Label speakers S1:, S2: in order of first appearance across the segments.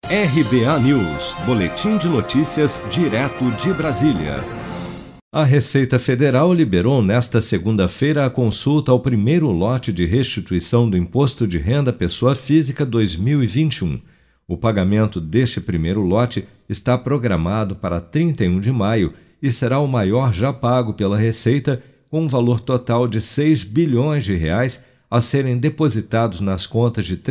S1: RBA News, boletim de notícias direto de Brasília. A Receita Federal liberou nesta segunda-feira a consulta ao primeiro lote de restituição do Imposto de Renda Pessoa Física 2021. O pagamento deste primeiro lote está programado para 31 de maio e será o maior já pago pela Receita, com um valor total de R$ 6 bilhões a serem depositados nas contas de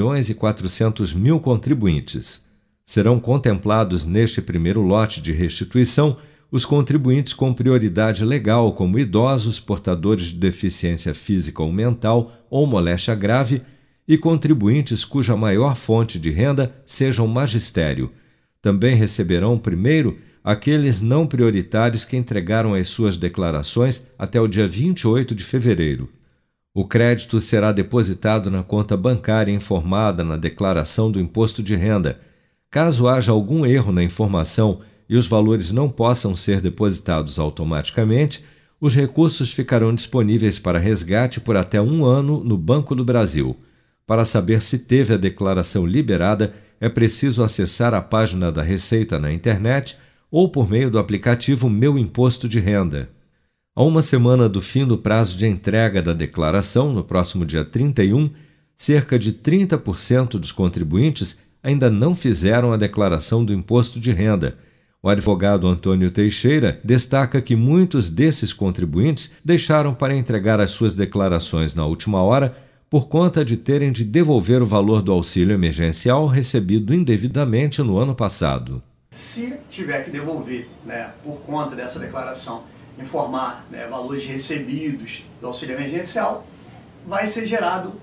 S1: 3.400.000 contribuintes. Serão contemplados neste primeiro lote de restituição os contribuintes com prioridade legal, como idosos, portadores de deficiência física ou mental ou moléstia grave, e contribuintes cuja maior fonte de renda seja o magistério. Também receberão primeiro aqueles não prioritários que entregaram as suas declarações até o dia 28 de fevereiro. O crédito será depositado na conta bancária informada na declaração do imposto de renda. Caso haja algum erro na informação e os valores não possam ser depositados automaticamente, os recursos ficarão disponíveis para resgate por até 1 ano no Banco do Brasil. Para saber se teve a declaração liberada, é preciso acessar a página da Receita na internet ou por meio do aplicativo Meu Imposto de Renda. A uma semana do fim do prazo de entrega da declaração, no próximo dia 31, cerca de 30% dos contribuintes ainda não fizeram a declaração do imposto de renda. O advogado Antônio Teixeira destaca que muitos desses contribuintes deixaram para entregar as suas declarações na última hora por conta de terem de devolver o valor do auxílio emergencial recebido indevidamente no ano passado.
S2: Se tiver que devolver, por conta dessa declaração, informar valores recebidos do auxílio emergencial, vai ser gerado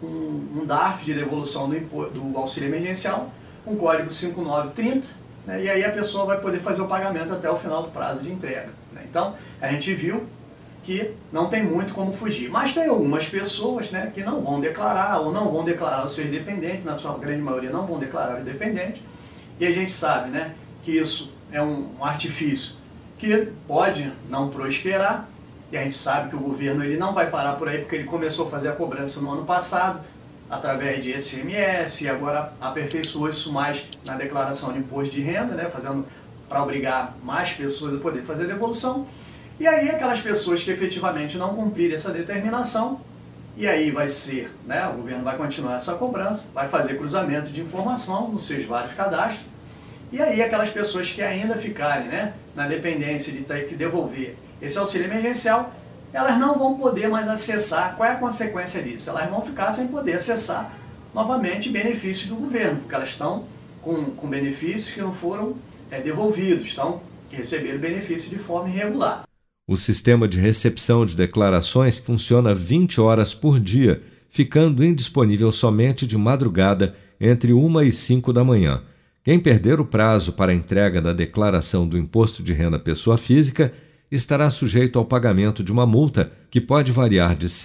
S2: um DARF de devolução do auxílio emergencial, um código 5930, e aí a pessoa vai poder fazer o pagamento até o final do prazo de entrega. Então, a gente viu que não tem muito como fugir, mas tem algumas pessoas que não vão declarar ou não vão declarar o seu independente, na sua grande maioria não vão declarar o independente, e a gente sabe que isso é um artifício que pode não prosperar, e a gente sabe que o governo ele não vai parar por aí, porque ele começou a fazer a cobrança no ano passado, através de SMS, e agora aperfeiçoou isso mais na declaração de imposto de renda, fazendo para obrigar mais pessoas a poder fazer a devolução, e aí aquelas pessoas que efetivamente não cumprirem essa determinação, e aí vai ser, o governo vai continuar essa cobrança, vai fazer cruzamento de informação nos seus vários cadastros, e aí aquelas pessoas que ainda ficarem na dependência de ter que devolver esse auxílio emergencial, elas não vão poder mais acessar. Qual é a consequência disso? Elas vão ficar sem poder acessar novamente benefícios do governo, porque elas estão com benefícios que não foram devolvidos, que receberam benefício de forma irregular.
S1: O sistema de recepção de declarações funciona 20 horas por dia, ficando indisponível somente de madrugada entre 1 e 5 da manhã. Quem perder o prazo para a entrega da declaração do Imposto de Renda Pessoa Física estará sujeito ao pagamento de uma multa que pode variar de R$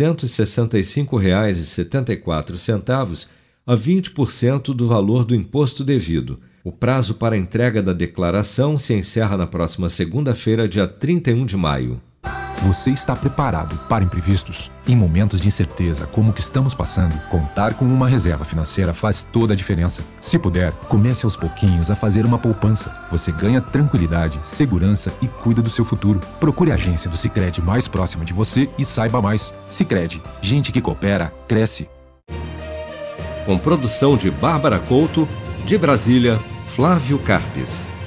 S1: 165,74 a 20% do valor do imposto devido. O prazo para a entrega da declaração se encerra na próxima segunda-feira, dia 31 de maio.
S3: Você está preparado para imprevistos? Em momentos de incerteza como o que estamos passando, contar com uma reserva financeira faz toda a diferença. Se puder, comece aos pouquinhos a fazer uma poupança. Você ganha tranquilidade, segurança e cuida do seu futuro. Procure a agência do Sicredi mais próxima de você e saiba mais. Sicredi, gente que coopera, cresce.
S1: Com produção de Bárbara Couto, de Brasília, Flávio Carpes.